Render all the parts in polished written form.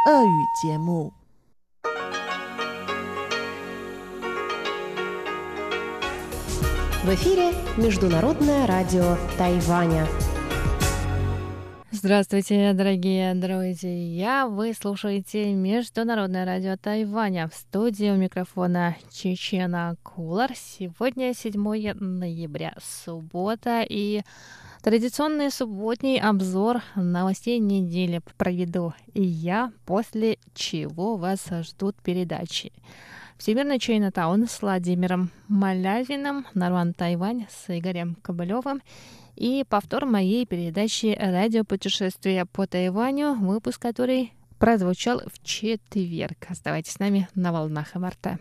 俄语节目。 В эфире Международное радио Тайваня. Здравствуйте, дорогие друзья! Вы слушаете Международное радио Тайваня. В студии у микрофона Чечена Кулар. Сегодня 7 ноября, суббота, и традиционный субботний обзор новостей недели проведу и я, после чего вас ждут передачи «Всемирный Чайнатаун» с Владимиром Малявиным, «Наруан Тайвань» с Игорем Кобылевым и повтор моей передачи «Радиопутешествие по Тайваню», выпуск который прозвучал в четверг. Оставайтесь с нами на волнах МРТ.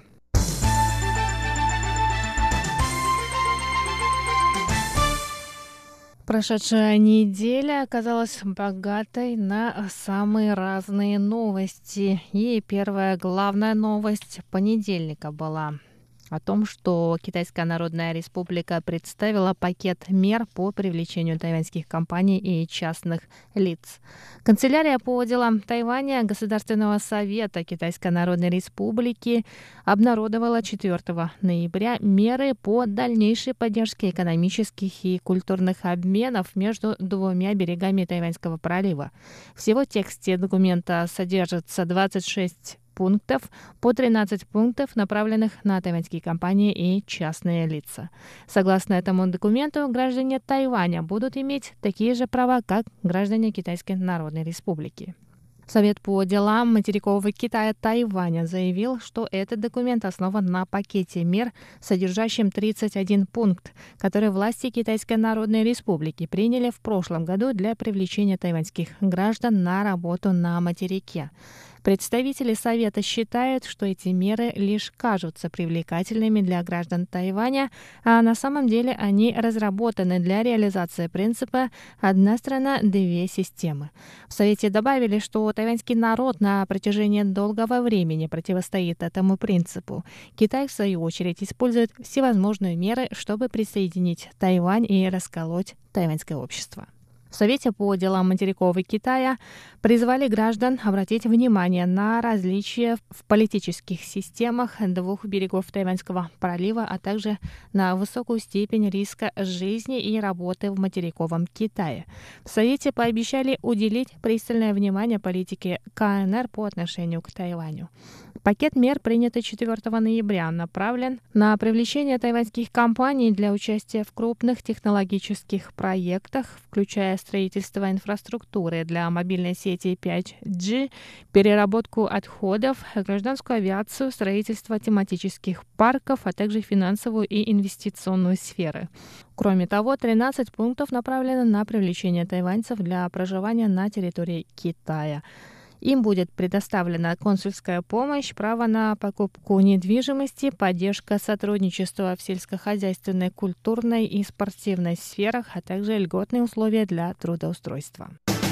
Прошедшая неделя оказалась богатой на самые разные новости. И первая главная новость понедельника была о том, что Китайская Народная Республика представила пакет мер по привлечению тайваньских компаний и частных лиц. Канцелярия по делам Тайваня Государственного совета Китайской Народной Республики обнародовала 4 ноября меры по дальнейшей поддержке экономических и культурных обменов между двумя берегами Тайваньского пролива. Всего в тексте документа содержится 26 пунктов, по 13 пунктов, направленных на тайваньские компании и частные лица. Согласно этому документу, граждане Тайваня будут иметь такие же права, как граждане Китайской Народной Республики. Совет по делам материкового Китая Тайваня заявил, что этот документ основан на пакете мер, содержащем 31 пункт, который власти Китайской Народной Республики приняли в прошлом году для привлечения тайваньских граждан на работу на материке. Представители Совета считают, что эти меры лишь кажутся привлекательными для граждан Тайваня, а на самом деле они разработаны для реализации принципа «одна страна, две системы». В Совете добавили, что тайваньский народ на протяжении долгого времени противостоит этому принципу. Китай, в свою очередь, использует всевозможные меры, чтобы присоединить Тайвань и расколоть тайваньское общество. В Совете по делам материкового Китая призвали граждан обратить внимание на различия в политических системах двух берегов Тайваньского пролива, а также на высокую степень риска жизни и работы в материковом Китае. В Совете пообещали уделить пристальное внимание политике КНР по отношению к Тайваню. Пакет мер, принятый 4 ноября, направлен на привлечение тайваньских компаний для участия в крупных технологических проектах, включая строительство инфраструктуры для мобильной сети 5G, переработку отходов, гражданскую авиацию, строительство тематических парков, а также финансовую и инвестиционную сферы. Кроме того, 13 пунктов направлены на привлечение тайваньцев для проживания на территории Китая. Им будет предоставлена консульская помощь, право на покупку недвижимости, поддержка сотрудничества в сельскохозяйственной, культурной и спортивной сферах, а также льготные условия для трудоустройства.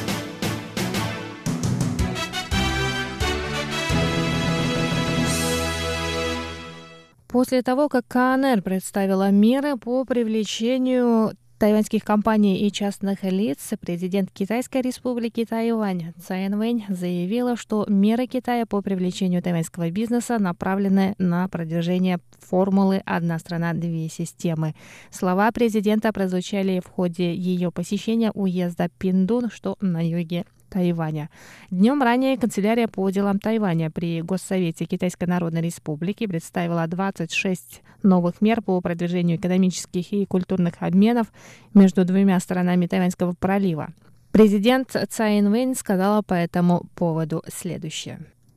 После того, как КНР представила меры по привлечению тайваньских компаний и частных лиц, президент Китайской республики Тайвань Цай Инвэнь заявила, что меры Китая по привлечению тайваньского бизнеса направлены на продвижение формулы «одна страна, две системы». Слова президента прозвучали в ходе ее посещения уезда Пиндун, что на юге Тайваня. Днем ранее канцелярия по делам Тайваня при Госсовете Китайской Народной Республики представила 26 новых мер по продвижению экономических и культурных обменов между двумя сторонами Тайваньского пролива. Президент Цай Инвэнь сказала по этому поводу следующее.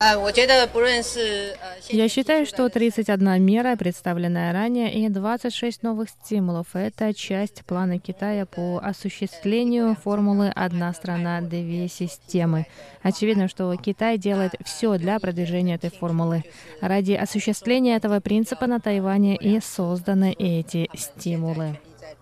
Я считаю, что 31 мера, представленная ранее, и 26 новых стимулов – это часть плана Китая по осуществлению формулы «одна страна, две системы». Очевидно, что Китай делает все для продвижения этой формулы. Ради осуществления этого принципа на Тайване и созданы эти стимулы.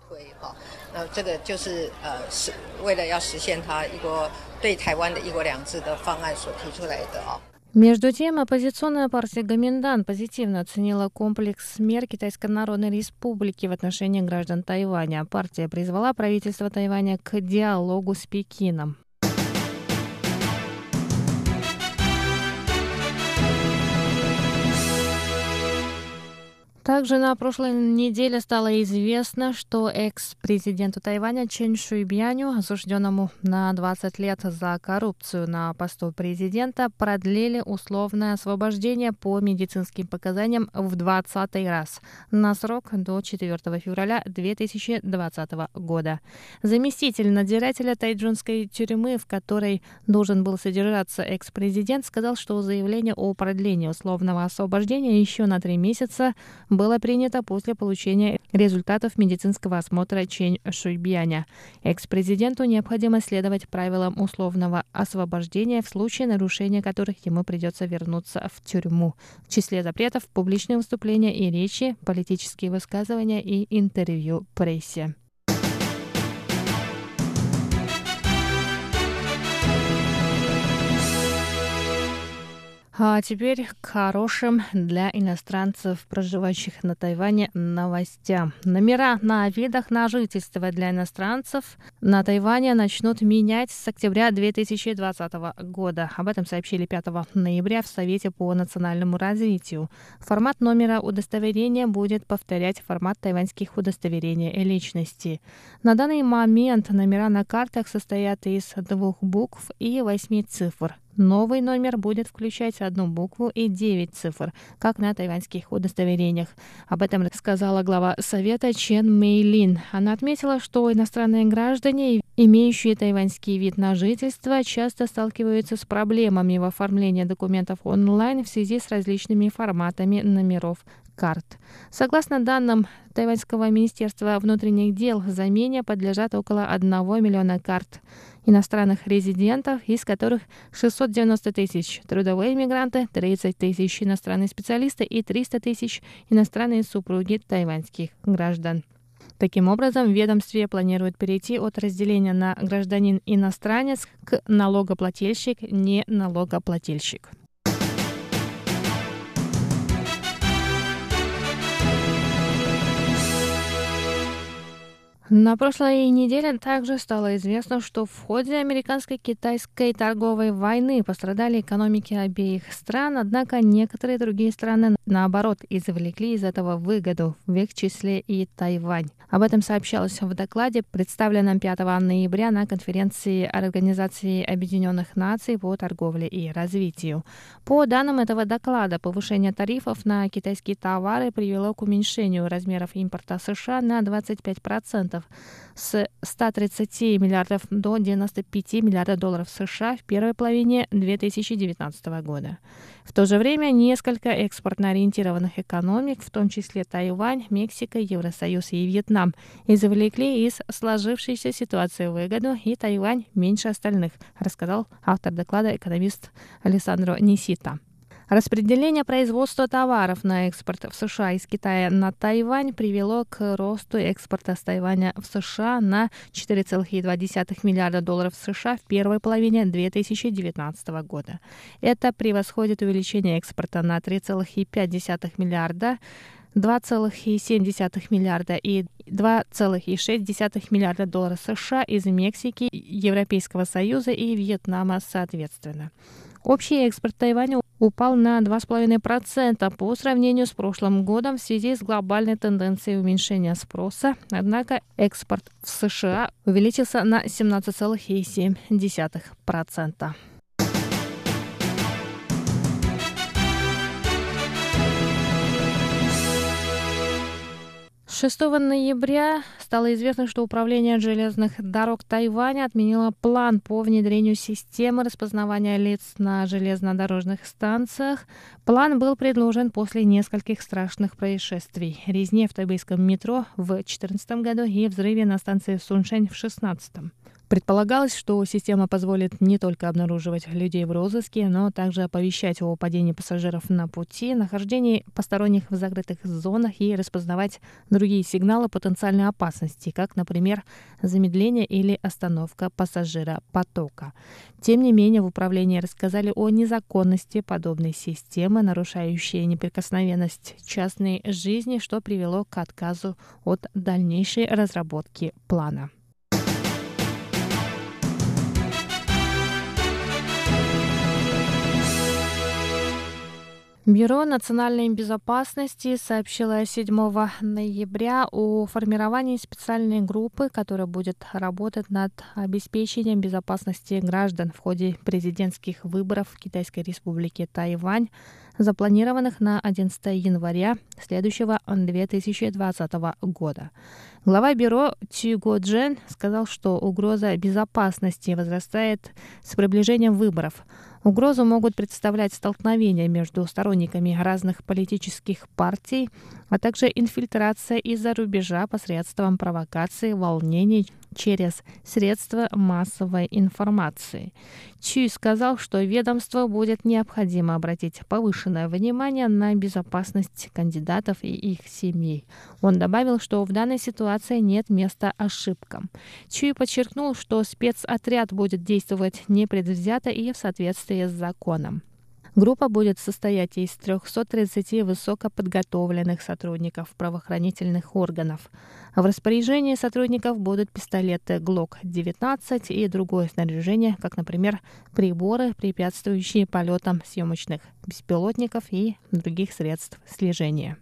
Между тем, оппозиционная партия Гоминдан позитивно оценила комплекс мер Китайской Народной Республики в отношении граждан Тайваня. Партия призвала правительство Тайваня к диалогу с Пекином. Также на прошлой неделе стало известно, что экс-президенту Тайваня Чен Шуйбяню, осужденному на 20 лет за коррупцию на посту президента, продлили условное освобождение по медицинским показаниям в 20-й раз на срок до 4 февраля 2020 года. Заместитель надзирателя тайчжунской тюрьмы, в которой должен был содержаться экс-президент, сказал, что заявление о продлении условного освобождения еще на 3 месяца было принято после получения результатов медицинского осмотра Чен Шуйбяня. Экс-президенту необходимо следовать правилам условного освобождения, в случае нарушения которых ему придется вернуться в тюрьму. В числе запретов — публичные выступления и речи, политические высказывания и интервью прессе. А теперь к хорошим для иностранцев, проживающих на Тайване, новостям. Номера на видах на жительство для иностранцев на Тайване начнут менять с октября 2020 года. Об этом сообщили 5 ноября в Совете по национальному развитию. Формат номера удостоверения будет повторять формат тайваньских удостоверений личности. На данный момент номера на картах состоят из 2 букв и 8 цифр. Новый номер будет включать 1 букву и 9 цифр, как на тайваньских удостоверениях. Об этом рассказала глава Совета Чен Мэйлин. Она отметила, что иностранные граждане, имеющие тайваньский вид на жительство, часто сталкиваются с проблемами в оформлении документов онлайн в связи с различными форматами номеров карт. Согласно данным Тайваньского министерства внутренних дел, замене подлежат около 1 миллиона карт иностранных резидентов, из которых 690 тысяч трудовые мигранты, 30 тысяч иностранные специалисты и 300 тысяч иностранные супруги тайваньских граждан. Таким образом, в ведомстве планируют перейти от разделения на гражданин-иностранец к налогоплательщик-не-налогоплательщик. На прошлой неделе также стало известно, что в ходе американско-китайской торговой войны пострадали экономики обеих стран, однако некоторые другие страны, наоборот, извлекли из этого выгоду, в их числе и Тайвань. Об этом сообщалось в докладе, представленном 5 ноября на конференции Организации Объединенных Наций по торговле и развитию. По данным этого доклада, повышение тарифов на китайские товары привело к уменьшению размеров импорта США на 25%. С 130 миллиардов до 95 миллиардов долларов США в первой половине 2019 года. В то же время несколько экспортно ориентированных экономик, в том числе Тайвань, Мексика, Евросоюз и Вьетнам, извлекли из сложившейся ситуации выгоду, и Тайвань меньше остальных, рассказал автор доклада экономист Алессандро Нисита. Распределение производства товаров на экспорт в США из Китая на Тайвань привело к росту экспорта с Тайваня в США на 4,2 миллиарда долларов США в первой половине 2019 года. Это превосходит увеличение экспорта на 3,5 миллиарда, 2,7 миллиарда и 2,6 миллиарда долларов США из Мексики, Европейского Союза и Вьетнама соответственно. Общий экспорт Тайваня упал на 2,5% по сравнению с прошлым годом в связи с глобальной тенденцией уменьшения спроса, однако экспорт в США увеличился на 17,7%. 6 ноября стало известно, что Управление железных дорог Тайваня отменило план по внедрению системы распознавания лиц на железнодорожных станциях. План был предложен после нескольких страшных происшествий: резни в тайбэйском метро в 2014 году и взрыве на станции Суншань в 2016. Предполагалось, что система позволит не только обнаруживать людей в розыске, но также оповещать о падении пассажиров на пути, нахождении посторонних в закрытых зонах и распознавать другие сигналы потенциальной опасности, как, например, замедление или остановка пассажиропотока. Тем не менее, в управлении рассказали о незаконности подобной системы, нарушающей неприкосновенность частной жизни, что привело к отказу от дальнейшей разработки плана. Бюро национальной безопасности сообщило 7 ноября о формировании специальной группы, которая будет работать над обеспечением безопасности граждан в ходе президентских выборов в Китайской республике Тайвань, запланированных на 11 января следующего 2020 года. Глава бюро Цю Го-Джен сказал, что угроза безопасности возрастает с приближением выборов. Угрозу могут представлять столкновения между сторонниками разных политических партий, а также инфильтрация из-за рубежа посредством провокаций, волнений через средства массовой информации. Чүй сказал, что ведомству будет необходимо обратить повышенное внимание на безопасность кандидатов и их семей. Он добавил, что в данной ситуации нет места ошибкам. Чүй подчеркнул, что спецотряд будет действовать непредвзято и в соответствии с законом. Группа будет состоять из 330 высокоподготовленных сотрудников правоохранительных органов. В распоряжении сотрудников будут пистолеты Glock-19 и другое снаряжение, как, например, приборы, препятствующие полетам съемочных беспилотников и других средств слежения.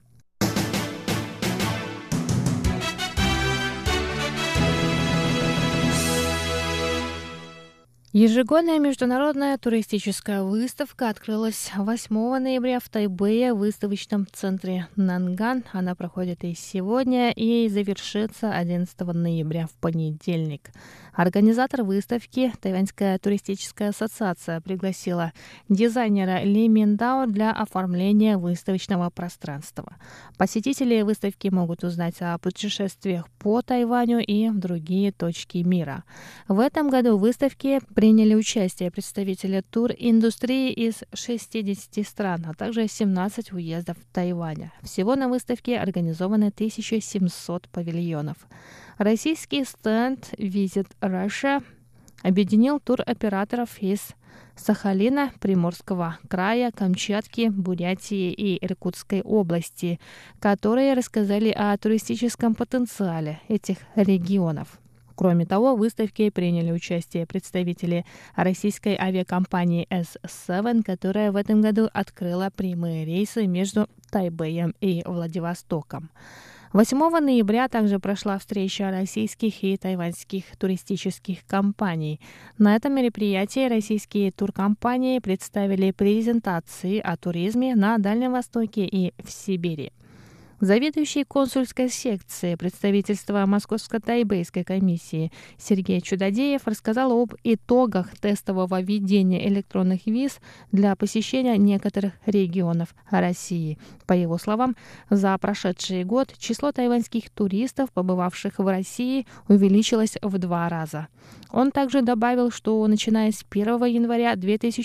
Ежегодная международная туристическая выставка открылась 8 ноября в Тайбэе в выставочном центре Нанган. Она проходит и сегодня, и завершится 11 ноября в понедельник. Организатор выставки, Тайваньская туристическая ассоциация, пригласила дизайнера Ли Миндао для оформления выставочного пространства. Посетители выставки могут узнать о путешествиях по Тайваню и в другие точки мира. В этом году в выставке приняли участие представители туриндустрии из 60 стран, а также 17 уездов Тайваня. Всего на выставке организованы 1700 павильонов. Российский стенд Visit Russia объединил туроператоров из Сахалина, Приморского края, Камчатки, Бурятии и Иркутской области, которые рассказали о туристическом потенциале этих регионов. Кроме того, в выставке приняли участие представители российской авиакомпании S7, которая в этом году открыла прямые рейсы между Тайбэем и Владивостоком. 8 ноября также прошла встреча российских и тайваньских туристических компаний. На этом мероприятии российские туркомпании представили презентации о туризме на Дальнем Востоке и в Сибири. Заведующий консульской секцией представительства Московско-Тайбэйской комиссии Сергей Чудодеев рассказал об итогах тестового введения электронных виз для посещения некоторых регионов России. По его словам, за прошедший год число тайваньских туристов, побывавших в России, увеличилось в 2 раза. Он также добавил, что начиная с 1 января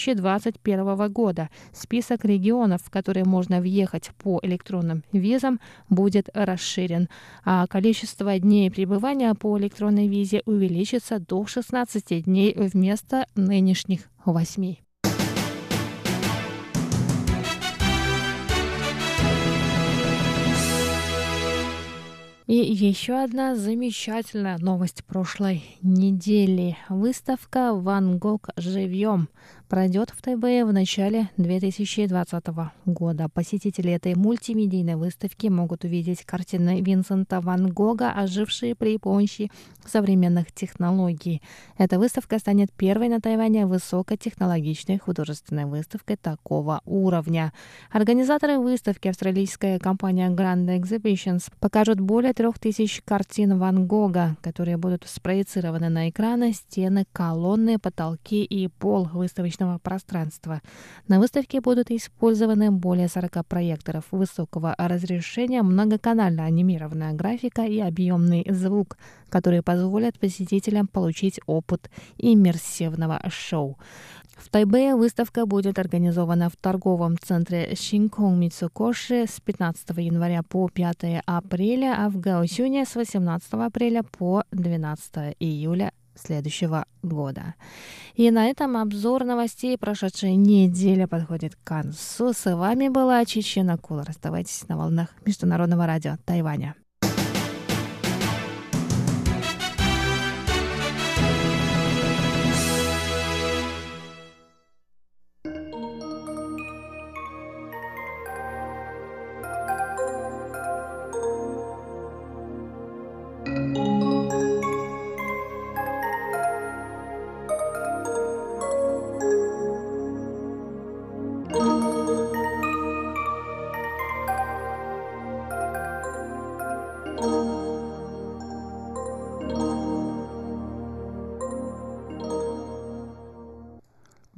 2021 года список регионов, в которые можно въехать по электронным визам, будет расширен, а количество дней пребывания по электронной визе увеличится до 16 дней вместо нынешних 8. И еще одна замечательная новость прошлой недели. Выставка «Ван Гог. Живьем» пройдет в Тайбэе в начале 2020 года. Посетители этой мультимедийной выставки могут увидеть картины Винсента Ван Гога, ожившие при помощи современных технологий. Эта выставка станет первой на Тайване высокотехнологичной художественной выставкой такого уровня. Организаторы выставки, австралийская компания Grand Exhibitions, покажут более 3000 картин Ван Гога, которые будут спроецированы на экраны, стены, колонны, потолки и пол выставочного пространства. На выставке будут использованы более 40 проекторов высокого разрешения, многоканальная анимированная графика и объемный звук, которые позволят посетителям получить опыт иммерсивного шоу. В Тайбэе выставка будет организована в торговом центре Шинконг Мицукоши с 15 января по 5 апреля, а в Гаосюне с 18 апреля по 12 июля следующего года. И на этом обзор новостей прошедшей недели подходит к концу. С вами была Чечена Кулар. Оставайтесь на волнах Международного радио Тайваня.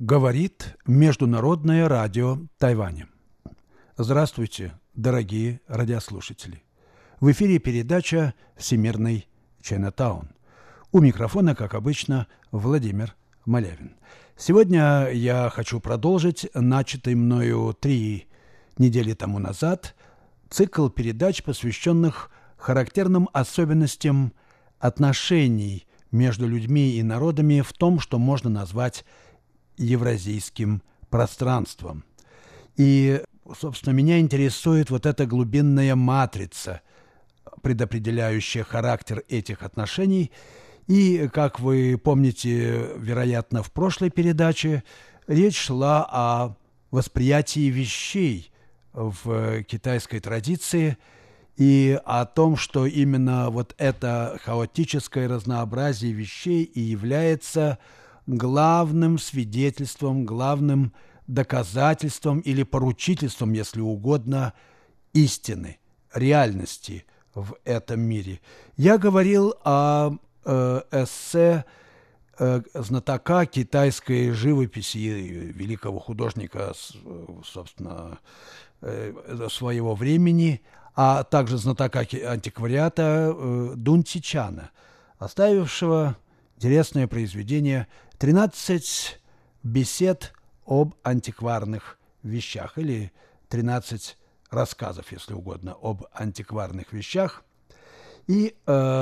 Говорит Международное радио Тайваня. Здравствуйте, дорогие радиослушатели. В эфире передача «Всемирный Чайнатаун». У микрофона, как обычно, Владимир Малявин. Сегодня я хочу продолжить начатый мною 3 недели тому назад цикл передач, посвященных характерным особенностям отношений между людьми и народами в том, что можно назвать евразийским пространством. И, собственно, меня интересует вот эта глубинная матрица, предопределяющая характер этих отношений. И, как вы помните, вероятно, в прошлой передаче речь шла о восприятии вещей в китайской традиции и о том, что именно вот это хаотическое разнообразие вещей и является главным свидетельством, главным доказательством или поручительством, если угодно, истины, реальности в этом мире. Я говорил о эссе знатока китайской живописи, великого художника, собственно, своего времени, а также знатока антиквариата Дун Цичана, оставившего интересное произведение «13 бесед об антикварных вещах» или «13 рассказов, если угодно, об антикварных вещах». И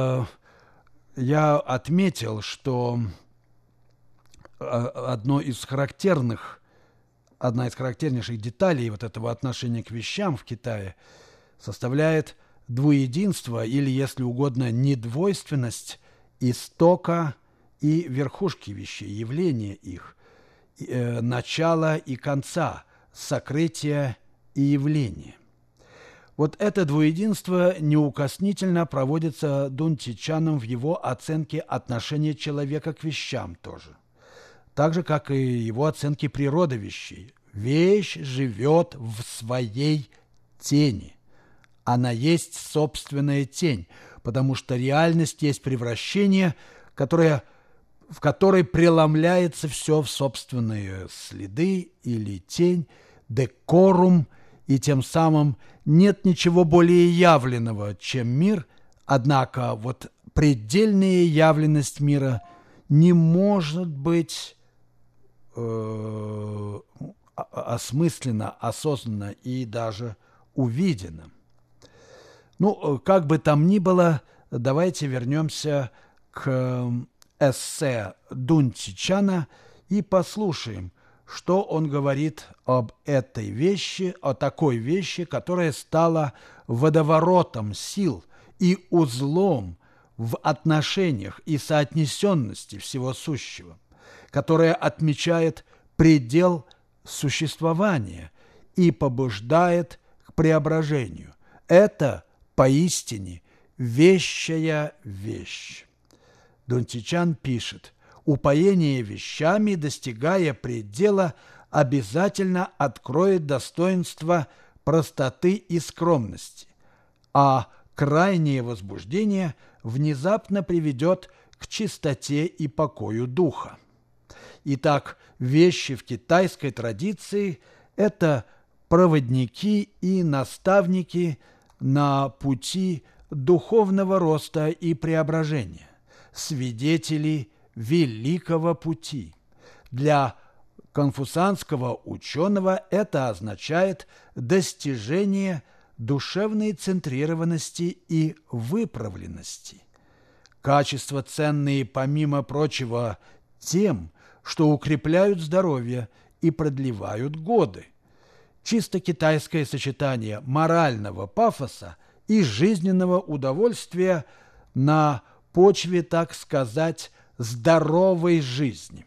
я отметил, что одна из характернейших деталей вот этого отношения к вещам в Китае составляет двуединство или, если угодно, недвойственность истока и верхушки вещей, явления их, начала и конца, сокрытия и явления. Вот это двуединство неукоснительно проводится Дун Цичаном в его оценке отношения человека к вещам тоже. Так же, как и его оценки природы вещей. Вещь живет в своей тени. Она есть собственная тень, потому что реальность есть превращение, в которой преломляется все в собственные следы или тень, декорум, и тем самым нет ничего более явленного, чем мир, однако вот предельная явленность мира не может быть осмысленно, осознанно и даже увидена. Ну, как бы там ни было, давайте вернемся к эссе Дун Цичана и послушаем, что он говорит об этой вещи, о такой вещи, которая стала водоворотом сил и узлом в отношениях и соотнесенности всего сущего, которая отмечает предел существования и побуждает к преображению. Это поистине вещая вещь. Дун Цичан пишет: «Упоение вещами, достигая предела, обязательно откроет достоинство простоты и скромности, а крайнее возбуждение внезапно приведет к чистоте и покою духа». Итак, вещи в китайской традиции – это проводники и наставники на пути духовного роста и преображения, свидетели великого пути. Для конфуцианского ученого это означает достижение душевной центрированности и выправленности. Качества, ценные, помимо прочего, тем, что укрепляют здоровье и продлевают годы. Чисто китайское сочетание морального пафоса и жизненного удовольствия на почве, так сказать, здоровой жизни.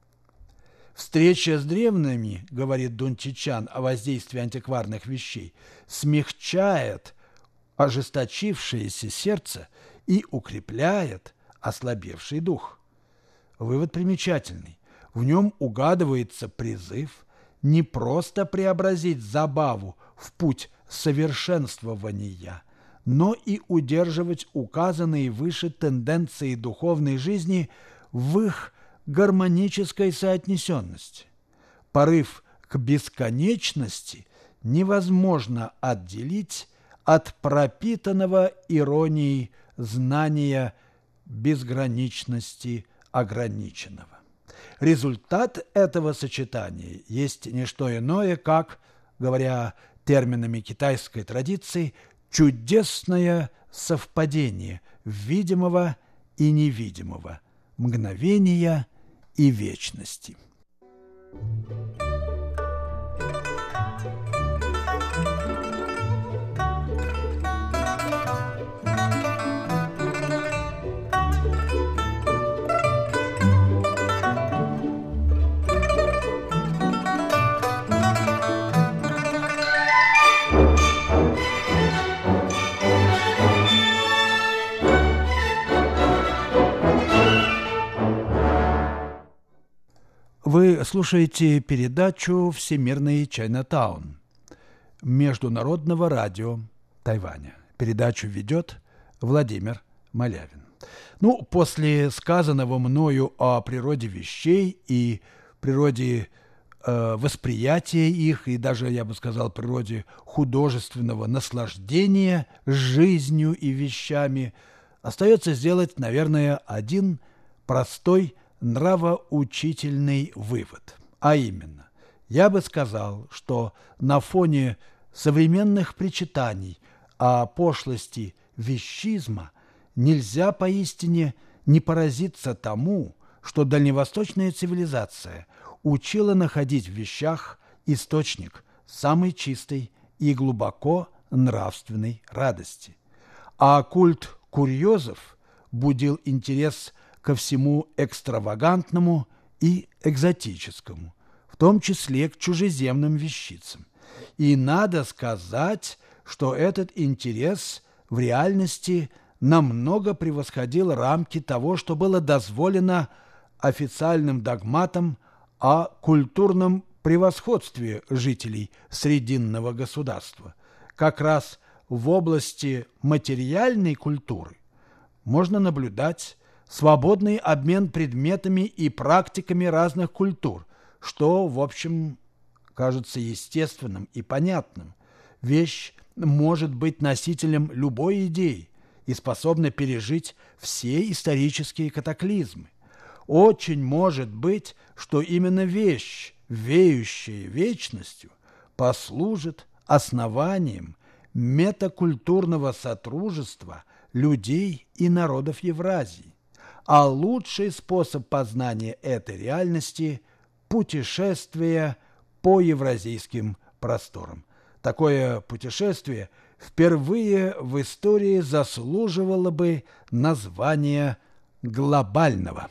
Встреча с древними, говорит Дун Цичан о воздействии антикварных вещей, смягчает ожесточившееся сердце и укрепляет ослабевший дух. Вывод примечательный. В нем угадывается призыв не просто преобразить забаву в путь совершенствования, но и удерживать указанные выше тенденции духовной жизни в их гармонической соотнесенности. порыв к бесконечности невозможно отделить от пропитанного иронией знания безграничности ограниченного. Результат этого сочетания есть не что иное, как, говоря терминами китайской традиции, чудесное совпадение видимого и невидимого, мгновения и вечности. Вы слушаете передачу «Всемирный Чайнатаун» Международного радио Тайваня. Передачу ведет Владимир Малявин. После сказанного мною о природе вещей и природе восприятия их, и даже, я бы сказал, природе художественного наслаждения жизнью и вещами, остается сделать, наверное, один простой нравоучительный вывод. А именно, я бы сказал, что на фоне современных причитаний о пошлости вещизма нельзя поистине не поразиться тому, что дальневосточная цивилизация учила находить в вещах источник самой чистой и глубоко нравственной радости. А культ курьезов будил интерес ко всему экстравагантному и экзотическому, в том числе к чужеземным вещицам. И надо сказать, что этот интерес в реальности намного превосходил рамки того, что было дозволено официальным догматам о культурном превосходстве жителей Срединного государства. Как раз в области материальной культуры можно наблюдать свободный обмен предметами и практиками разных культур, что, в общем, кажется естественным и понятным. Вещь может быть носителем любой идеи и способна пережить все исторические катаклизмы. Очень может быть, что именно вещь, веющая вечностью, послужит основанием метакультурного сотрудничества людей и народов Евразии. А лучший способ познания этой реальности – путешествие по евразийским просторам. Такое путешествие впервые в истории заслуживало бы названия глобального.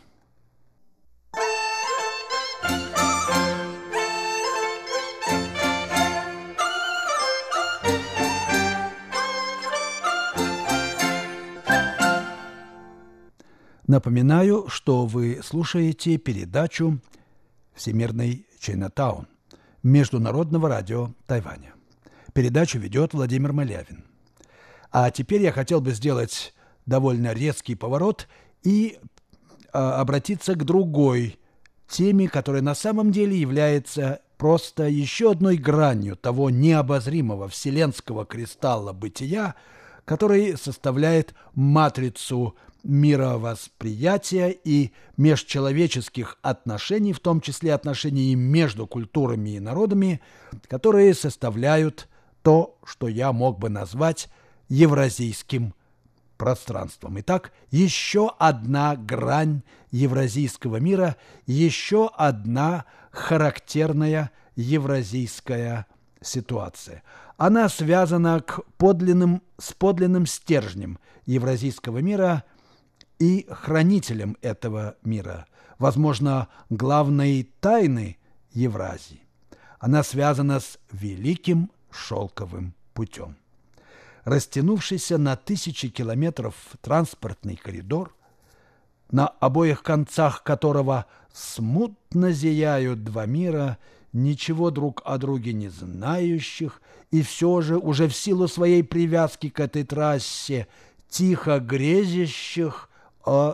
Напоминаю, что вы слушаете передачу «Всемирный Чайнатаун» Международного радио Тайваня. Передачу ведет Владимир Малявин. А теперь я хотел бы сделать довольно резкий поворот и обратиться к другой теме, которая на самом деле является просто еще одной гранью того необозримого вселенского кристалла бытия, который составляет матрицу мировосприятия и межчеловеческих отношений, в том числе отношений между культурами и народами, которые составляют то, что я мог бы назвать евразийским пространством. Итак, еще одна грань евразийского мира, еще одна характерная евразийская ситуация. Она связана с подлинным стержнем евразийского мира и хранителем этого мира, возможно, главной тайны Евразии. Она связана с Великим Шелковым путем. Растянувшийся на тысячи километров транспортный коридор, на обоих концах которого смутно зияют два мира, ничего друг о друге не знающих, и все же уже в силу своей привязки к этой трассе тихо грезящих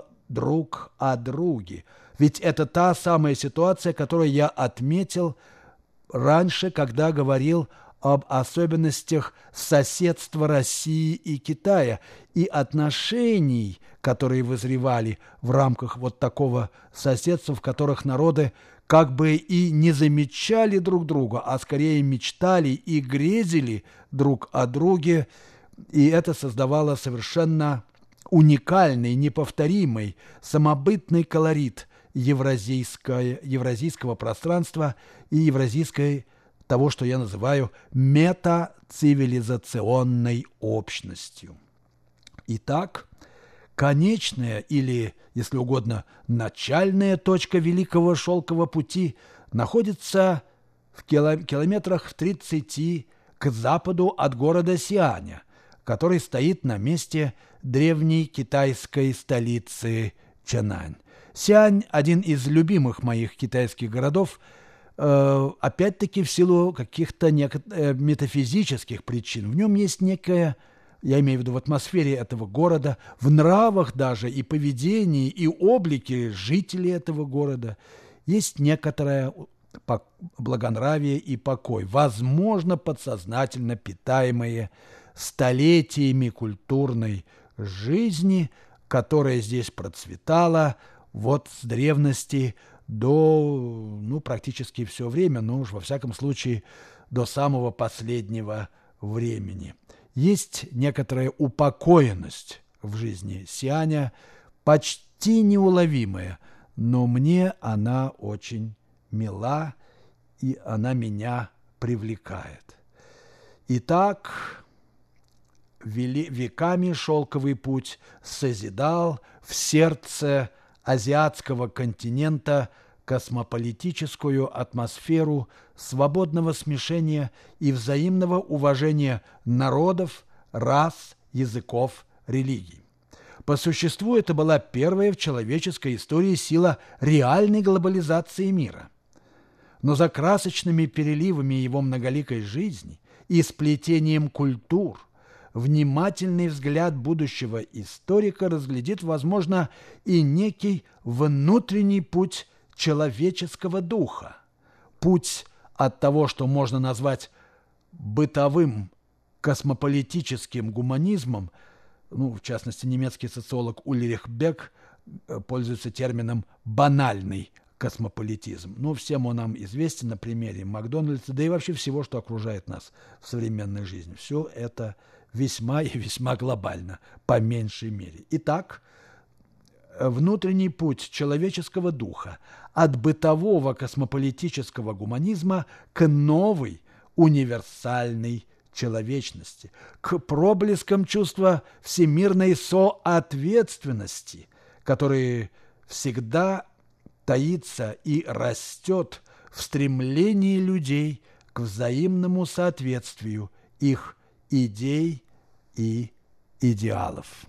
друг о друге. Ведь это та самая ситуация, которую я отметил раньше, когда говорил об особенностях соседства России и Китая и отношений, которые вызревали в рамках вот такого соседства, в которых народы как бы и не замечали друг друга, а скорее мечтали и грезили друг о друге, и это создавало совершенно уникальный, неповторимый, самобытный колорит евразийского пространства и евразийской того, что я называю метацивилизационной общностью. Итак, конечная или, если угодно, начальная точка Великого Шелкового пути находится в километрах в 30 к западу от города Сианя, который стоит на месте древней китайской столицы Чэнань. Сиань – один из любимых моих китайских городов, опять-таки в силу каких-то метафизических причин. В нем есть некая, я имею в виду в атмосфере этого города, в нравах даже и поведении, и облике жителей этого города есть некоторое благонравие и покой, возможно, подсознательно питаемые столетиями культурной жизни, которая здесь процветала вот с древности до, практически все время, уж во всяком случае до самого последнего времени. Есть некоторая упокоенность в жизни Сианя, почти неуловимая, но мне она очень мила, и она меня привлекает. Итак, веками шелковый путь созидал в сердце азиатского континента космополитическую атмосферу свободного смешения и взаимного уважения народов, рас, языков, религий. По существу это была первая в человеческой истории сила реальной глобализации мира. Но за красочными переливами его многоликой жизни и сплетением культур внимательный взгляд будущего историка разглядит, возможно, и некий внутренний путь человеческого духа, путь от того, что можно назвать бытовым космополитическим гуманизмом, в частности, немецкий социолог Ульрих Бек пользуется термином «банальный космополитизм». Всем он нам известен на примере Макдональдса, да и вообще всего, что окружает нас в современной жизни. Все это весьма и весьма глобально, по меньшей мере. Итак, внутренний путь человеческого духа от бытового космополитического гуманизма к новой универсальной человечности, к проблескам чувства всемирной соответственности, который всегда таится и растет в стремлении людей к взаимному соответствию их идей и идеалов.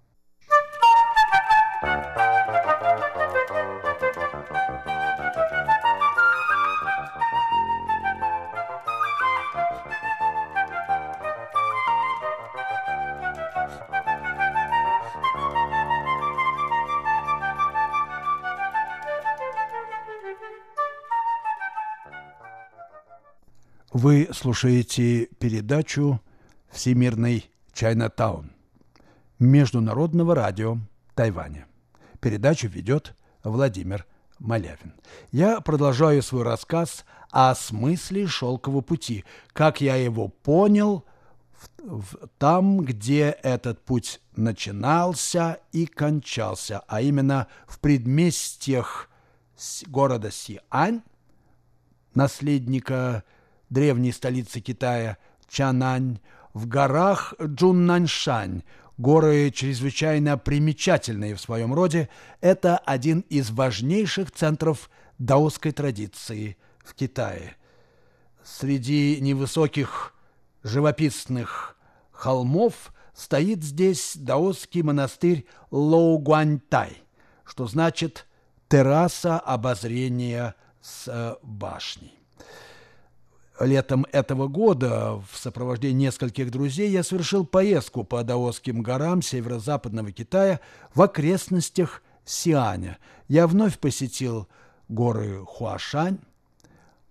Вы слушаете передачу «Всемирный Чайнатаун» Международного радио Тайваня. Передачу ведет Владимир Малявин. Я продолжаю свой рассказ о смысле шелкового пути, как я его понял там, где этот путь начинался и кончался, а именно в предместьях города Сиань, наследника древней столицы Китая Чанань, в горах Джуннаньшань. Горы чрезвычайно примечательные в своем роде. Это один из важнейших центров даосской традиции в Китае. Среди невысоких живописных холмов стоит здесь даосский монастырь Лоугуаньтай, что значит «терраса обозрения с башней». Летом этого года в сопровождении нескольких друзей я совершил поездку по даосским горам северо-западного Китая в окрестностях Сианя. Я вновь посетил горы Хуашань,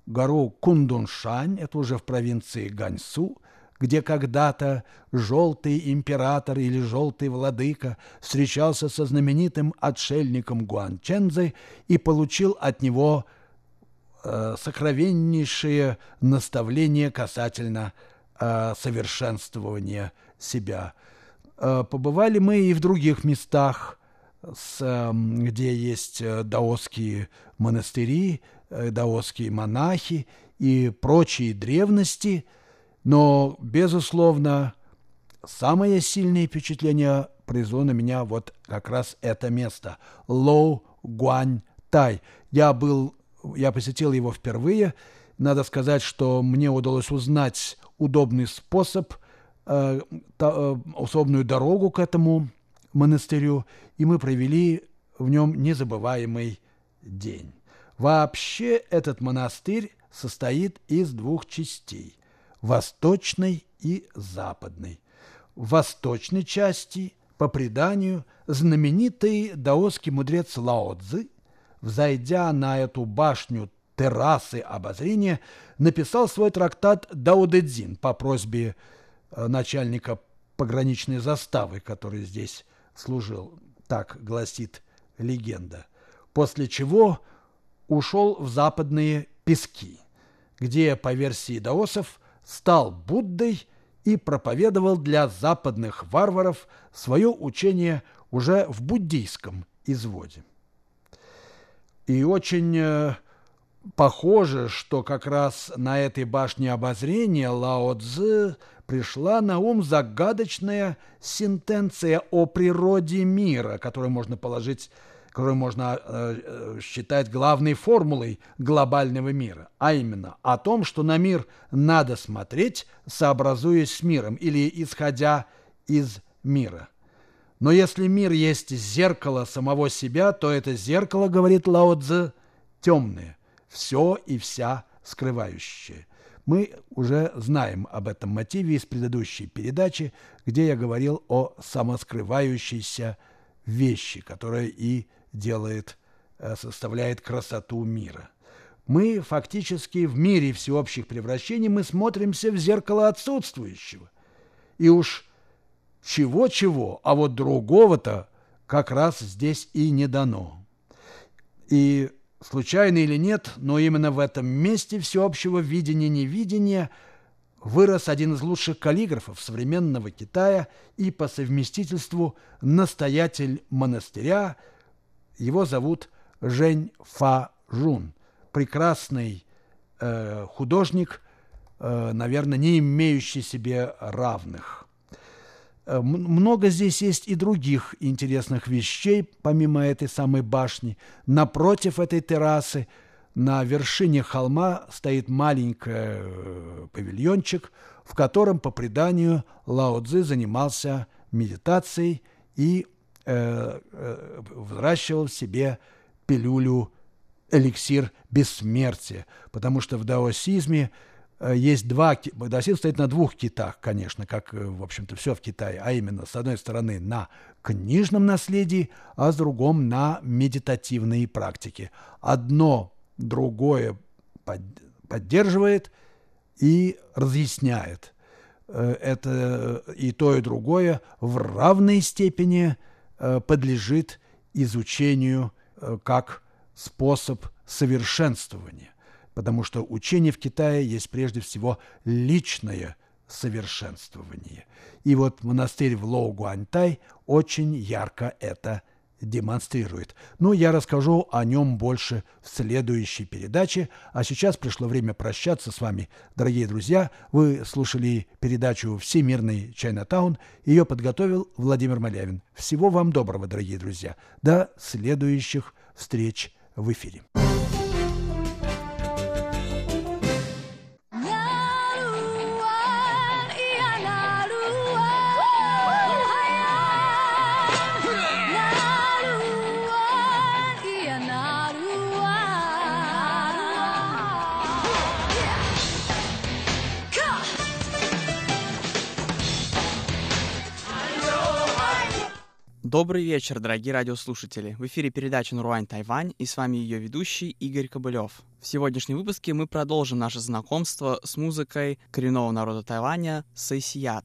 гору Кундуншань, это уже в провинции Ганьсу, где когда-то желтый император или желтый владыка встречался со знаменитым отшельником Гуанчэнзой и получил от него сокровеннейшие наставления касательно совершенствования себя. Побывали мы и в других местах, где есть даосские монастыри, даосские монахи и прочие древности, но, безусловно, самое сильное впечатление произвело на меня вот как раз это место – Лоу Гуань Тай. Я посетил его впервые. Надо сказать, что мне удалось узнать удобный способ, удобную дорогу к этому монастырю, и мы провели в нем незабываемый день. Вообще этот монастырь состоит из двух частей – восточной и западной. В восточной части, по преданию, знаменитый даосский мудрец Лао Цзы, взойдя на эту башню террасы обозрения, написал свой трактат Дао Дэ Цзин по просьбе начальника пограничной заставы, который здесь служил, так гласит легенда, после чего ушел в западные пески, где, по версии даосов, стал Буддой и проповедовал для западных варваров свое учение уже в буддийском изводе. И очень похоже, что как раз на этой башне обозрения Лао Цзы пришла на ум загадочная сентенция о природе мира, которую можно считать главной формулой глобального мира, а именно о том, что на мир надо смотреть, сообразуясь с миром или исходя из мира. Но если мир есть зеркало самого себя, то это зеркало, говорит Лао Цзы, темное, все и вся скрывающее. Мы уже знаем об этом мотиве из предыдущей передачи, где я говорил о самоскрывающейся вещи, которая и составляет красоту мира. Мы фактически в мире всеобщих превращений мы смотримся в зеркало отсутствующего. И уж чего-чего, а вот другого-то как раз здесь и не дано. И случайно или нет, но именно в этом месте всеобщего видения-невидения вырос один из лучших каллиграфов современного Китая и по совместительству настоятель монастыря. Его зовут Жень Фа Жун, прекрасный художник, наверное, не имеющий себе равных. Много здесь есть и других интересных вещей, помимо этой самой башни. Напротив этой террасы, на вершине холма, стоит маленький павильончик, в котором, по преданию, Лао Цзы занимался медитацией и взращивал в себе пилюлю, эликсир бессмертия, потому что в даосизме есть даосизм стоит на двух китах, конечно, как, в общем-то, все в Китае, а именно, с одной стороны, на книжном наследии, а с другом на медитативной практике. Одно другое поддерживает и разъясняет. Это и то, и другое в равной степени подлежит изучению как способ совершенствования, потому что учение в Китае есть прежде всего личное совершенствование. И вот монастырь в Лоу Гуань Тай очень ярко это демонстрирует. Но я расскажу о нем больше в следующей передаче. А сейчас пришло время прощаться с вами, дорогие друзья. Вы слушали передачу «Всемирный Чайнатаун». Ее подготовил Владимир Малявин. Всего вам доброго, дорогие друзья. До следующих встреч в эфире. Добрый вечер, дорогие радиослушатели. В эфире передача «Наруань Тайвань» и с вами ее ведущий Игорь Кобылев. В сегодняшнем выпуске мы продолжим наше знакомство с музыкой коренного народа Тайваня «Сэйсият».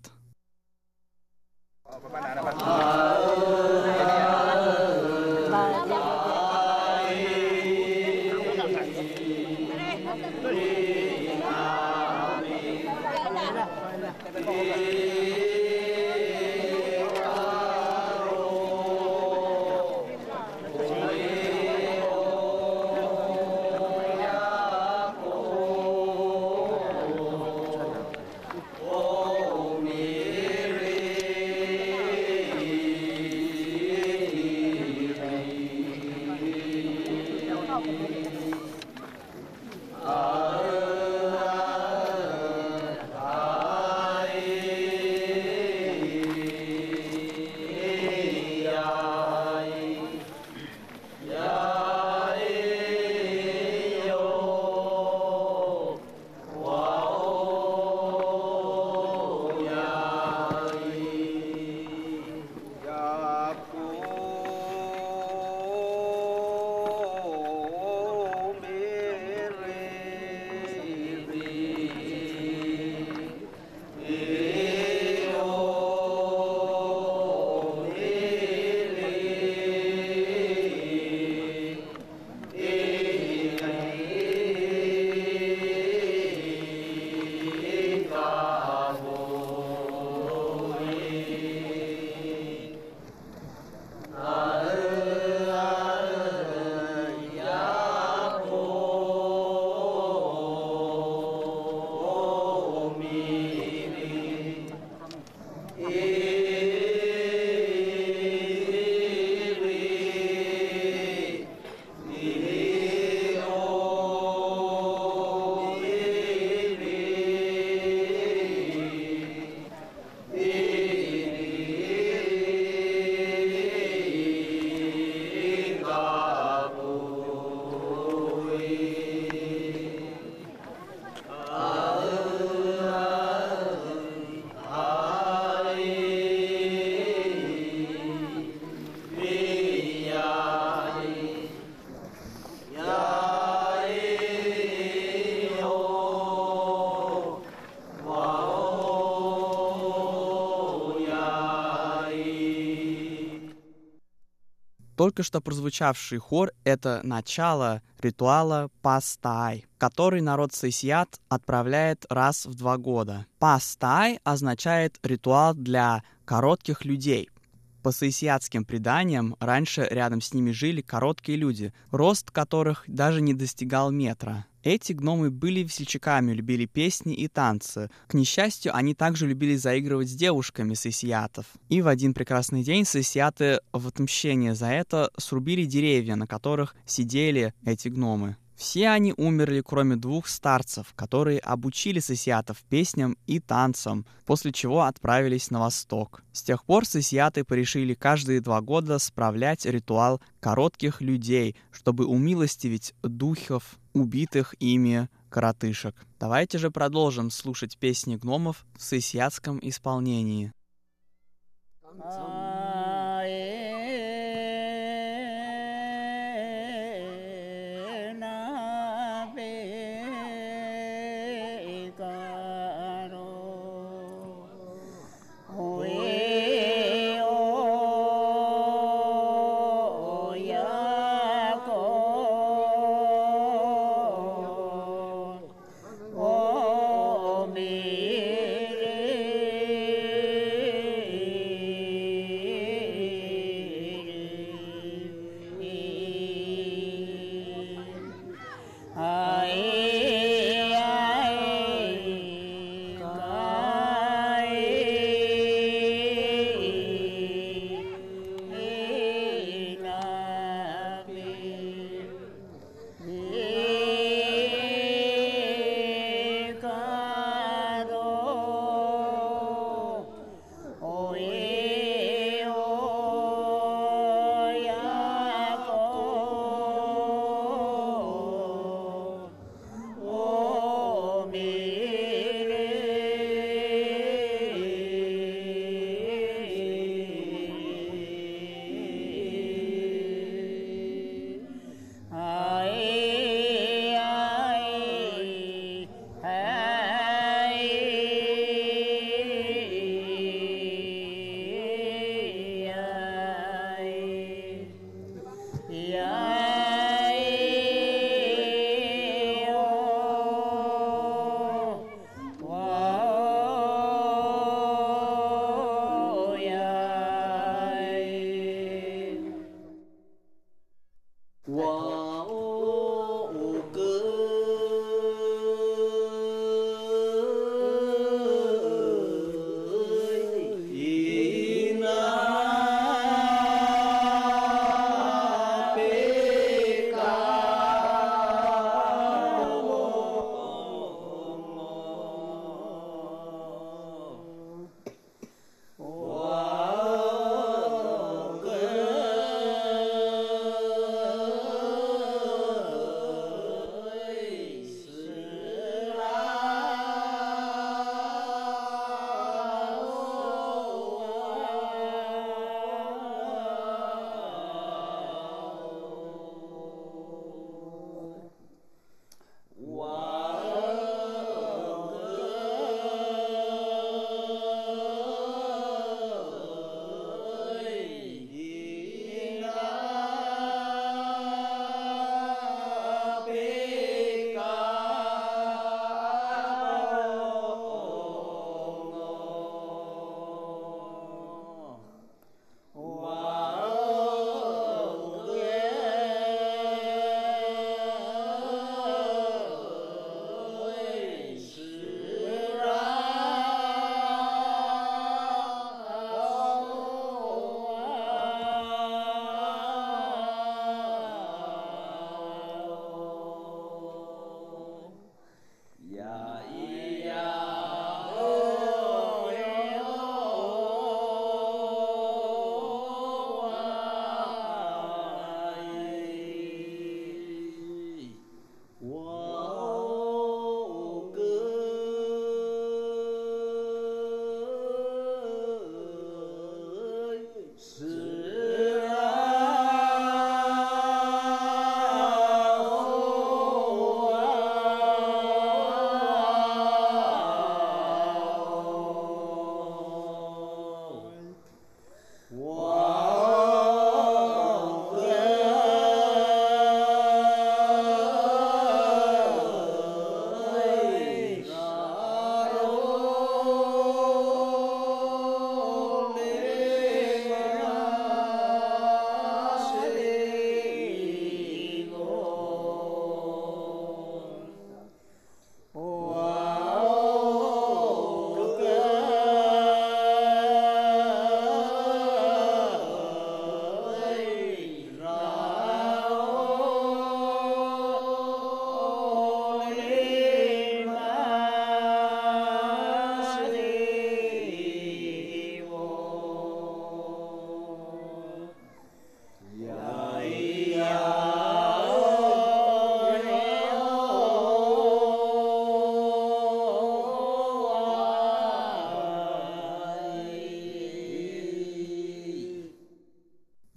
Только что прозвучавший хор — это начало ритуала Пастай, который народ Сэйсият отправляет раз в 2 года. Пастай означает ритуал для коротких людей. По сэйсиатским преданиям, раньше рядом с ними жили короткие люди, рост которых даже не достигал метра. Эти гномы были весельчаками, любили песни и танцы. К несчастью, они также любили заигрывать с девушками сэйсиатов. И в один прекрасный день сэйсиаты в отмщение за это срубили деревья, на которых сидели эти гномы. Все они умерли, кроме 2 старцев, которые обучили сэйсиатов песням и танцам, после чего отправились на восток. С тех пор сэйсиаты порешили каждые 2 года справлять ритуал коротких людей, чтобы умилостивить духов, убитых ими коротышек. Давайте же продолжим слушать песни гномов в сэйсиатском исполнении.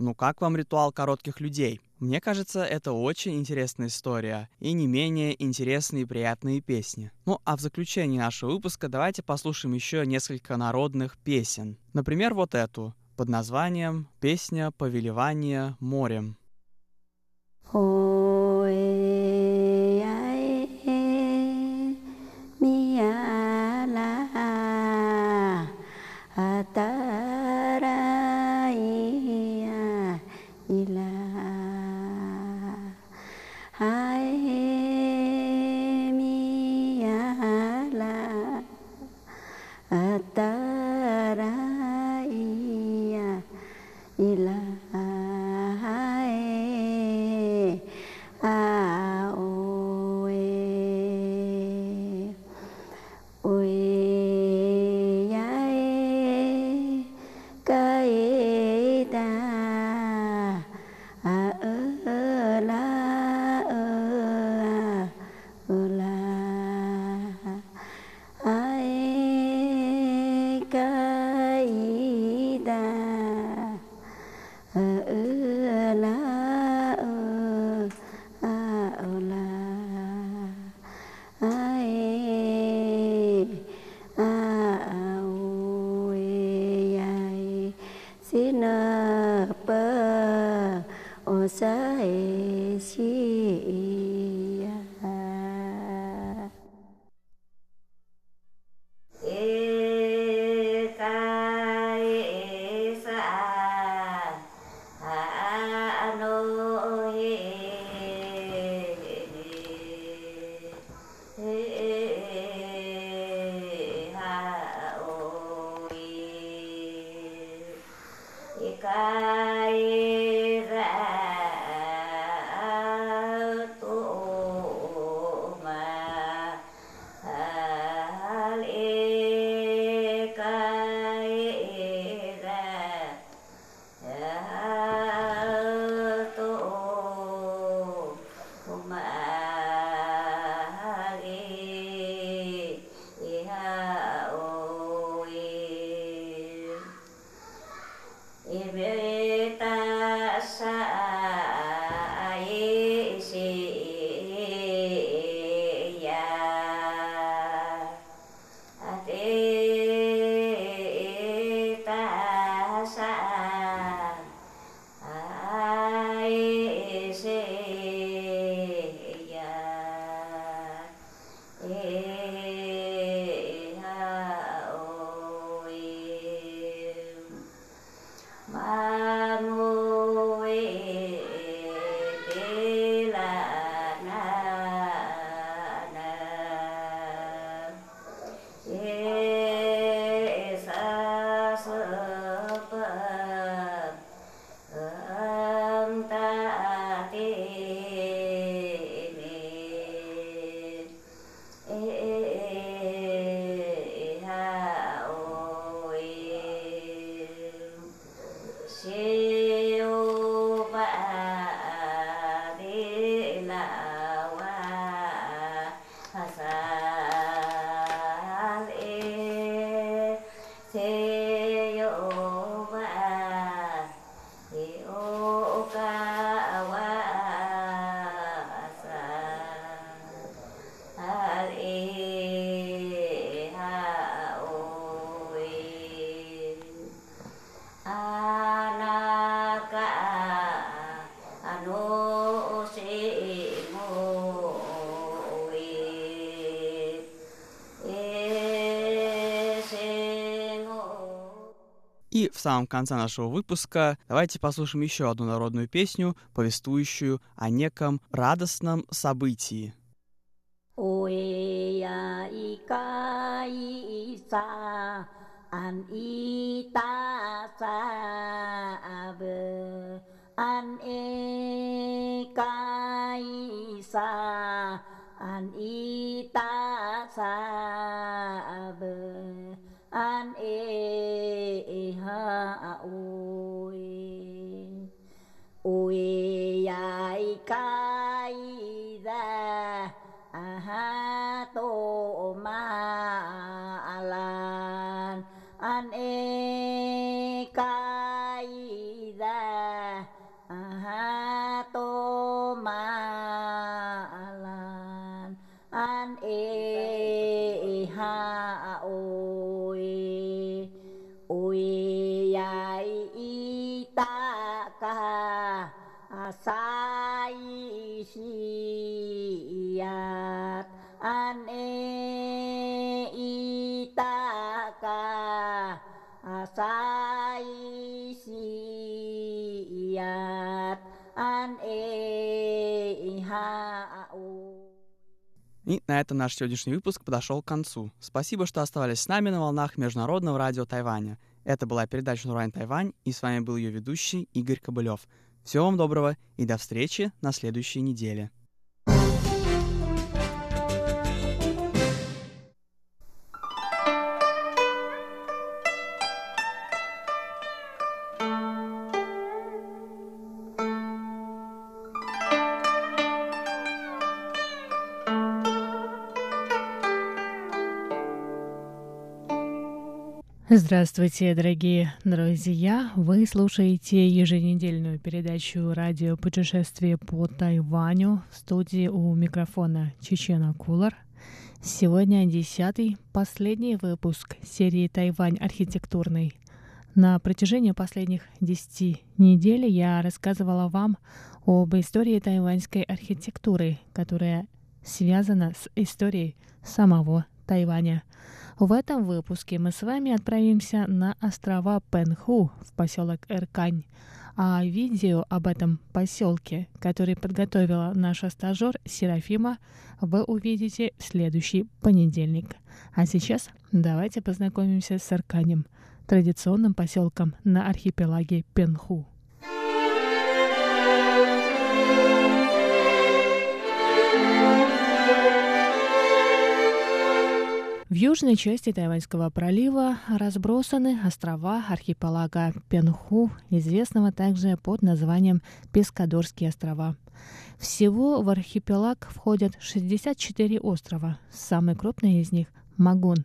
Ну как вам ритуал коротких людей? Мне кажется, это очень интересная история и не менее интересные и приятные песни. Ну а в заключении нашего выпуска давайте послушаем еще несколько народных песен. Например, вот эту под названием «Песня повелевания морем». И в самом конце нашего выпуска давайте послушаем еще одну народную песню, повествующую о неком радостном событии. An e ha oi ai kai da ha to ma alan an e kai da ôi ôi ai ta ca sai si an ta ca sai si an ha ôi. И на этом наш сегодняшний выпуск подошел к концу. Спасибо, что оставались с нами на волнах Международного радио Тайваня. Это была передача «Нурань Тайвань», и с вами был ее ведущий Игорь Кобылев. Всего вам доброго и до встречи на следующей неделе. Здравствуйте, дорогие друзья! Вы слушаете еженедельную передачу «Радио путешествие по Тайваню». В студии у микрофона Чечена Кулар. Сегодня 10-й, последний выпуск серии «Тайвань архитектурный». На протяжении последних 10 недель я рассказывала вам об истории тайваньской архитектуры, которая связана с историей самого Тайваня. В этом выпуске мы с вами отправимся на острова Пэнху в поселок Эркань. А видео об этом поселке, который подготовила наша стажер Серафима, вы увидите в следующий понедельник. А сейчас давайте познакомимся с Эрканем, традиционным поселком на архипелаге Пэнху. В южной части Тайваньского пролива разбросаны острова архипелага Пэнху, известного также под названием Пескадорские острова. Всего в архипелаг входят 64 острова, самый крупный из них – Магун.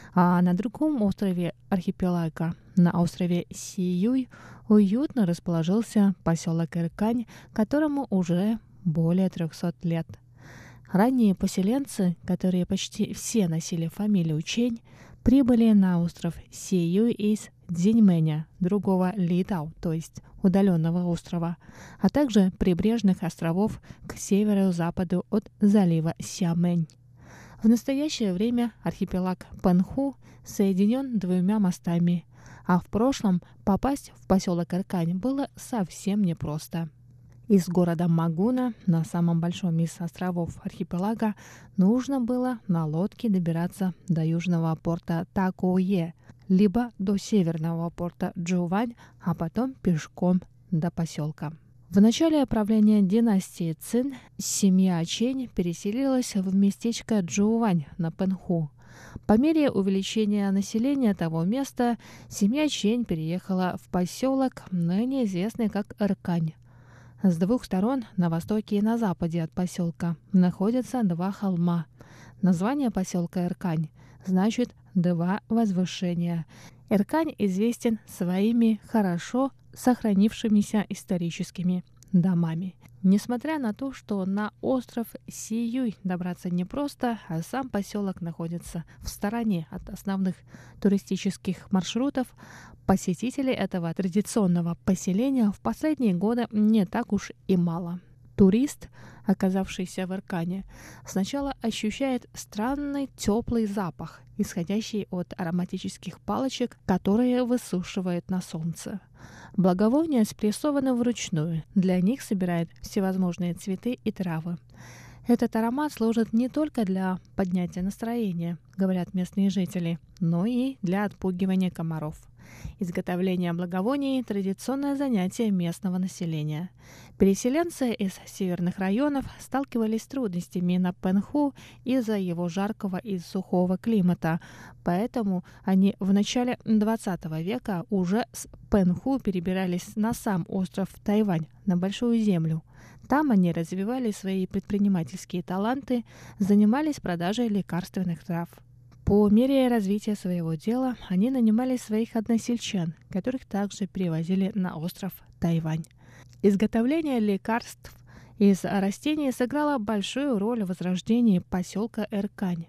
А на другом острове архипелага, на острове Сиюй, уютно расположился поселок Эркань, которому уже более 300 лет. Ранние поселенцы, которые почти все носили фамилию Чень, прибыли на остров Сиюй из Цзиньмэня, другого Литау, то есть удаленного острова, а также прибрежных островов к северо-западу от залива Сямэнь. В настоящее время архипелаг Пэнху соединен 2 мостами, а в прошлом попасть в поселок Эркань было совсем непросто. Из города Магуна, на самом большом из островов архипелага, нужно было на лодке добираться до южного порта Такое, либо до северного порта Джувань, а потом пешком до поселка. В начале правления династии Цин семья Чень переселилась в местечко Джувань на Пэнху. По мере увеличения населения того места семья Чень переехала в поселок, ныне известный как Эркань. С 2 сторон, на востоке и на западе от поселка, находятся 2 холма. Название поселка Эркань значит «2 возвышения». Эркань известен своими хорошо сохранившимися историческими домами. Несмотря на то, что на остров Сиюй добраться непросто, а сам поселок находится в стороне от основных туристических маршрутов, посетителей этого традиционного поселения в последние годы не так уж и мало. Турист, оказавшийся в Эркане, сначала ощущает странный теплый запах, исходящий от ароматических палочек, которые высушивают на солнце. Благовония спрессованы вручную, для них собирают всевозможные цветы и травы. Этот аромат служит не только для поднятия настроения, говорят местные жители, но и для отпугивания комаров. Изготовление благовоний – традиционное занятие местного населения. Переселенцы из северных районов сталкивались с трудностями на Пэнху из-за его жаркого и сухого климата, поэтому они в начале 20 века уже с Пэнху перебирались на сам остров Тайвань, на Большую Землю. Там они развивали свои предпринимательские таланты, занимались продажей лекарственных трав. По мере развития своего дела они нанимали своих односельчан, которых также перевозили на остров Тайвань. Изготовление лекарств из растений сыграло большую роль в возрождении поселка Эркань.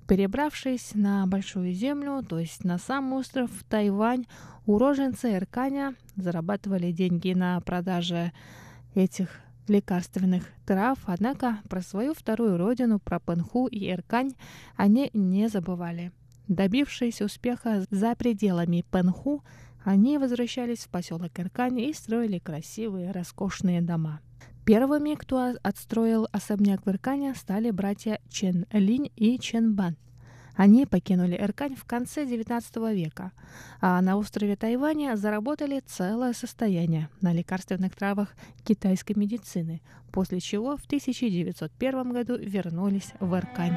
Перебравшись на Большую Землю, то есть на сам остров Тайвань, уроженцы Эрканя зарабатывали деньги на продаже этих лекарственных трав, однако про свою вторую родину, про Пэнху и Эркань, они не забывали. Добившись успеха за пределами Пэнху, они возвращались в поселок Эркань и строили красивые, роскошные дома. Первыми, кто отстроил особняк в Эркане, стали братья Чен Линь и Чен Бан. Они покинули Эркань в конце XIX века, а на острове Тайваня заработали целое состояние на лекарственных травах китайской медицины, после чего в 1901 году вернулись в Эркань.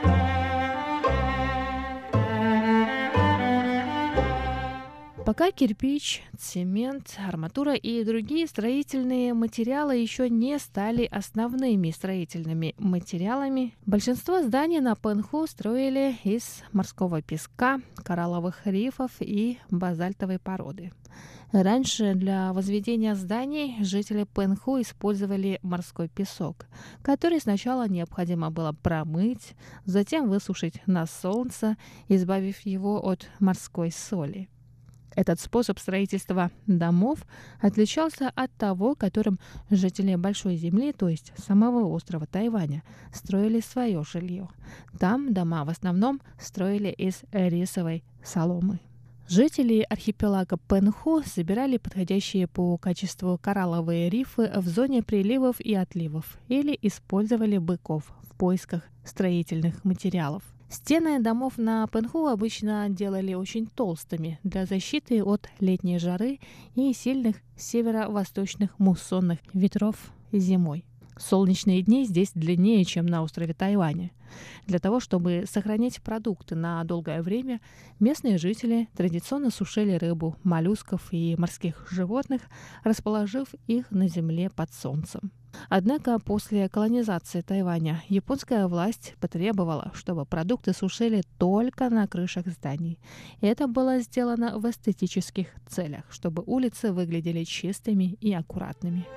Пока кирпич, цемент, арматура и другие строительные материалы еще не стали основными строительными материалами, большинство зданий на Пэнху строили из морского песка, коралловых рифов и базальтовой породы. Раньше для возведения зданий жители Пэнху использовали морской песок, который сначала необходимо было промыть, затем высушить на солнце, избавив его от морской соли. Этот способ строительства домов отличался от того, которым жители Большой Земли, то есть самого острова Тайваня, строили свое жилье. Там дома в основном строили из рисовой соломы. Жители архипелага Пэнху собирали подходящие по качеству коралловые рифы в зоне приливов и отливов или использовали быков в поисках строительных материалов. Стены домов на Пэнху обычно делали очень толстыми для защиты от летней жары и сильных северо-восточных муссонных ветров зимой. Солнечные дни здесь длиннее, чем на острове Тайваня. Для того, чтобы сохранить продукты на долгое время, местные жители традиционно сушили рыбу, моллюсков и морских животных, расположив их на земле под солнцем. Однако после колонизации Тайваня японская власть потребовала, чтобы продукты сушили только на крышах зданий. Это было сделано в эстетических целях, чтобы улицы выглядели чистыми и аккуратными.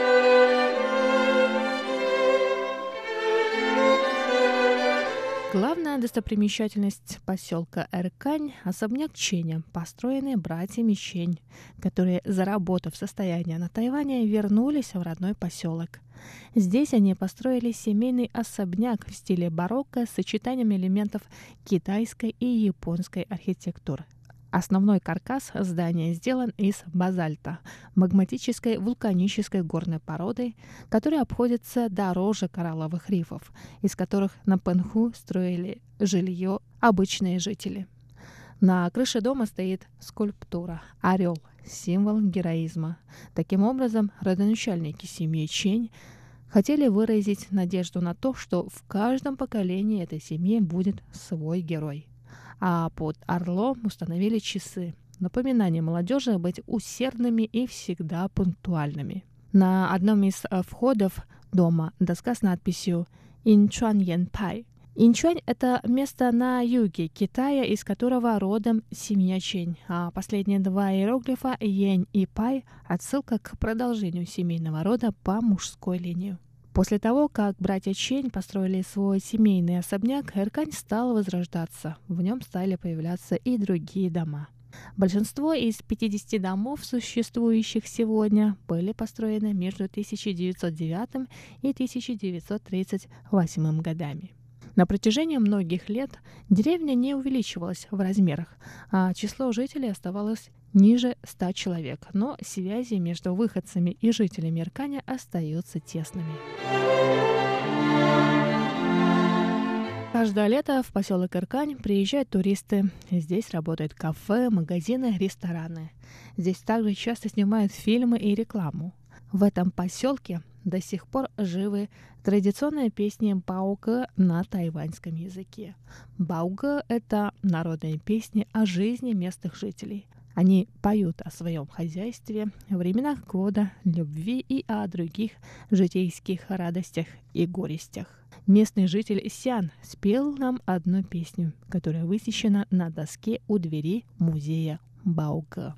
Главная достопримечательность поселка Эркань – особняк Ченя, построенный братьями Чень, которые, заработав состояние на Тайване, вернулись в родной поселок. Здесь они построили семейный особняк в стиле барокко с сочетанием элементов китайской и японской архитектуры. Основной каркас здания сделан из базальта, магматической вулканической горной породы, которая обходится дороже коралловых рифов, из которых на Пэнху строили жилье обычные жители. На крыше дома стоит скульптура «Орел», символ героизма. Таким образом, родоначальники семьи Чень хотели выразить надежду на то, что в каждом поколении этой семьи будет свой герой. А под орлом установили часы, напоминание молодежи быть усердными и всегда пунктуальными. На одном из входов дома доска с надписью «Инчуан Янпай». Инчуань – это место на юге Китая, из которого родом семья Чень, а последние два иероглифа «Янь» и «Пай» – отсылка к продолжению семейного рода по мужской линии. После того, как братья Чень построили свой семейный особняк, Эркань стал возрождаться. В нем стали появляться и другие дома. Большинство из 50 домов, существующих сегодня, были построены между 1909 и 1938 годами. На протяжении многих лет деревня не увеличивалась в размерах, а число жителей оставалось ниже 100 человек, но связи между выходцами и жителями Эрканя остаются тесными. Каждое лето в поселок Эркань приезжают туристы. Здесь работают кафе, магазины, рестораны. Здесь также часто снимают фильмы и рекламу. В этом поселке до сих пор живы традиционные песни баогэ на тайваньском языке. Баогэ – это народные песни о жизни местных жителей. Они поют о своем хозяйстве, временах года, любви и о других житейских радостях и горестях. Местный житель Сян спел нам одну песню, которая высечена на доске у двери музея Баогэ.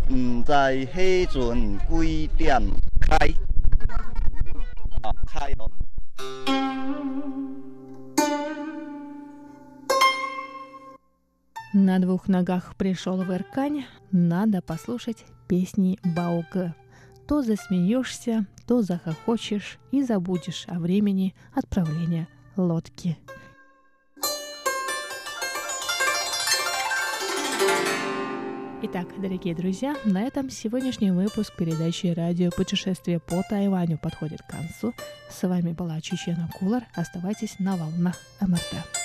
知迄阵几点开？开哦。 На двух ногах пришел в Иркань, надо послушать песни Баугэ. То засмеешься, то захохочешь и забудешь о времени отправления лодки. Итак, дорогие друзья, на этом сегодняшний выпуск передачи «Радио путешествие по Тайваню» подходит к концу. С вами была Чечена Кулар. Оставайтесь на волнах МРТ.